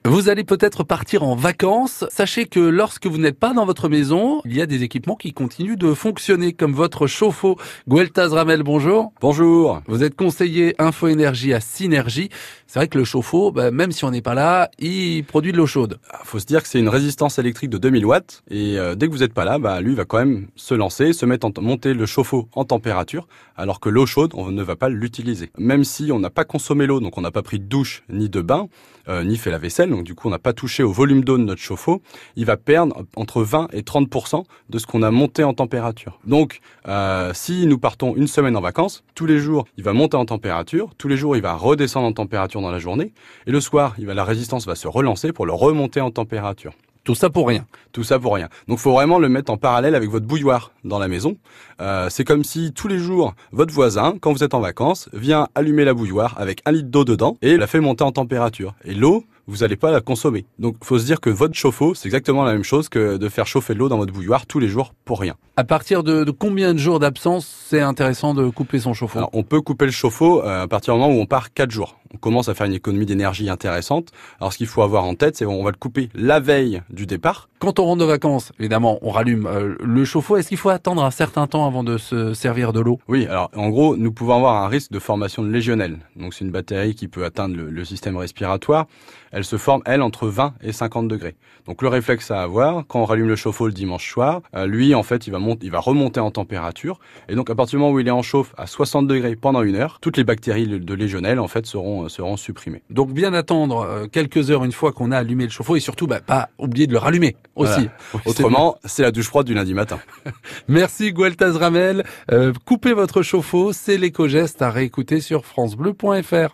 Vous allez peut-être partir en vacances. Sachez que lorsque vous n'êtes pas dans votre maison, il y a des équipements qui continuent de fonctionner, comme votre chauffe-eau. Gueltas Ramel, bonjour. Bonjour. Vous êtes conseiller Info Énergie à Synergie. C'est vrai que le chauffe-eau, même si on n'est pas là, il produit de l'eau chaude. Faut se dire que c'est une résistance électrique de 2000 watts et dès que vous n'êtes pas là, lui va quand même se lancer, monter le chauffe-eau en température, alors que l'eau chaude, on ne va pas l'utiliser. Même si on n'a pas consommé l'eau, donc on n'a pas pris de douche ni de bain, ni fait la vaisselle, donc du coup on n'a pas touché au volume d'eau de notre chauffe-eau, il va perdre entre 20 et 30% de ce qu'on a monté en température. Donc si nous partons une semaine en vacances, tous les jours il va monter en température, tous les jours il va redescendre en température dans la journée, et le soir la résistance va se relancer pour le remonter en température. Tout ça pour rien. Tout ça pour rien. Donc, faut vraiment le mettre en parallèle avec votre bouilloire dans la maison. C'est comme si tous les jours, votre voisin, quand vous êtes en vacances, vient allumer la bouilloire avec 1 litre d'eau dedans et la fait monter en température. Et l'eau, vous n'allez pas la consommer. Donc, faut se dire que votre chauffe-eau, c'est exactement la même chose que de faire chauffer de l'eau dans votre bouilloire tous les jours pour rien. À partir de combien de jours d'absence, c'est intéressant de couper son chauffe-eau? Alors, on peut couper le chauffe-eau à partir du moment où on part 4 jours. On commence à faire une économie d'énergie intéressante. Alors, ce qu'il faut avoir en tête, c'est qu'on va le couper la veille du départ. Quand on rentre de vacances, évidemment, on rallume le chauffe-eau. Est-ce qu'il faut attendre un certain temps avant de se servir de l'eau? Oui, alors en gros, nous pouvons avoir un risque de formation de légionnelle. Donc c'est une bactérie qui peut atteindre le système respiratoire. Elle se forme, elle, entre 20 et 50 degrés. Donc le réflexe à avoir, quand on rallume le chauffe-eau le dimanche soir, lui, en fait, il va remonter en température. Et donc à partir du moment où il est en chauffe à 60 degrés pendant 1 heure, toutes les bactéries de légionnelle, en fait, seront supprimées. Donc bien attendre quelques heures une fois qu'on a allumé le chauffe-eau et surtout pas oublier de le rallumer aussi. Voilà. Autrement, c'est la douche froide du lundi matin. Merci Gueltas Ramel. Coupez votre chauffe-eau, c'est l'éco-geste à réécouter sur francebleu.fr.